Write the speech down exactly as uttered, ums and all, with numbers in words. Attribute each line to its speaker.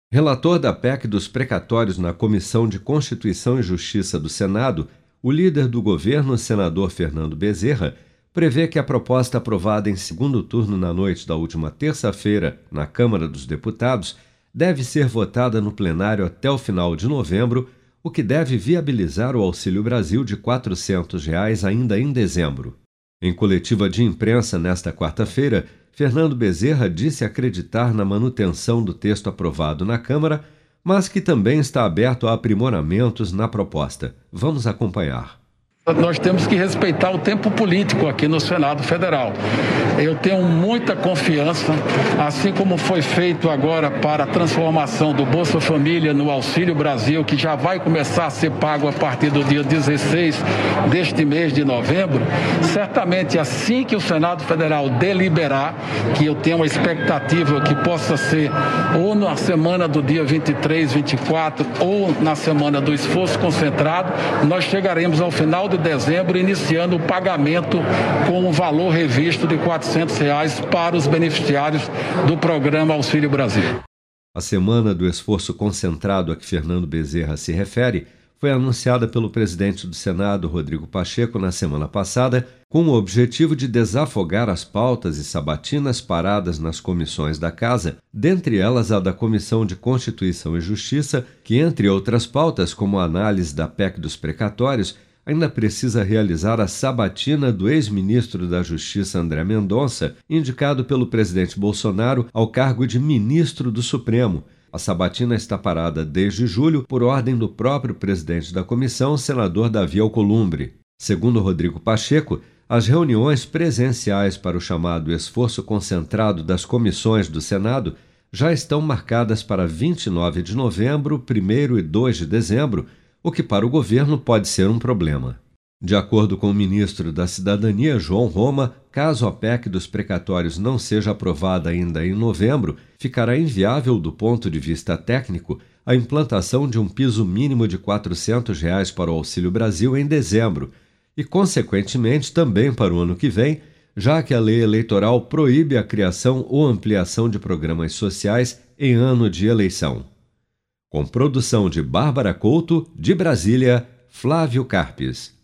Speaker 1: Relator da P E C dos precatórios na Comissão de Constituição e Justiça do Senado, o líder do governo, senador Fernando Bezerra, prevê que a proposta aprovada em segundo turno na noite da última terça-feira na Câmara dos Deputados deve ser votada no plenário até o final de novembro, o que deve viabilizar o Auxílio Brasil de quatrocentos reais ainda em dezembro. Em coletiva de imprensa nesta quarta-feira, Fernando Bezerra disse acreditar na manutenção do texto aprovado na Câmara, mas que também está aberto a aprimoramentos na proposta. Vamos acompanhar.
Speaker 2: Nós temos que respeitar o tempo político aqui no Senado Federal. Eu tenho muita confiança, assim como foi feito agora para a transformação do Bolsa Família no Auxílio Brasil, que já vai começar a ser pago a partir do dia dezesseis deste mês de novembro. Certamente, assim que o Senado Federal deliberar, que eu tenho uma expectativa que possa ser ou na semana do dia vinte e três, vinte e quatro, ou na semana do esforço concentrado, nós chegaremos ao final de dezembro, iniciando o pagamento com um valor revisto de quatrocentos reais para os beneficiários do programa Auxílio Brasil.
Speaker 1: A semana do esforço concentrado a que Fernando Bezerra se refere foi anunciada pelo presidente do Senado, Rodrigo Pacheco, na semana passada, com o objetivo de desafogar as pautas e sabatinas paradas nas comissões da Casa, dentre elas a da Comissão de Constituição e Justiça, que, entre outras pautas, como a análise da P E C dos precatórios, ainda precisa realizar a sabatina do ex-ministro da Justiça André Mendonça, indicado pelo presidente Bolsonaro ao cargo de ministro do Supremo. A sabatina está parada desde julho por ordem do próprio presidente da comissão, senador Davi Alcolumbre. Segundo Rodrigo Pacheco, as reuniões presenciais para o chamado esforço concentrado das comissões do Senado já estão marcadas para vinte e nove de novembro, primeiro e dois de dezembro, o que para o governo pode ser um problema. De acordo com o ministro da Cidadania, João Roma, caso a P E C dos precatórios não seja aprovada ainda em novembro, ficará inviável do ponto de vista técnico a implantação de um piso mínimo de quatrocentos reais para o Auxílio Brasil em dezembro e, consequentemente, também para o ano que vem, já que a lei eleitoral proíbe a criação ou ampliação de programas sociais em ano de eleição. Com produção de Bárbara Couto, de Brasília, Flávio Carpes.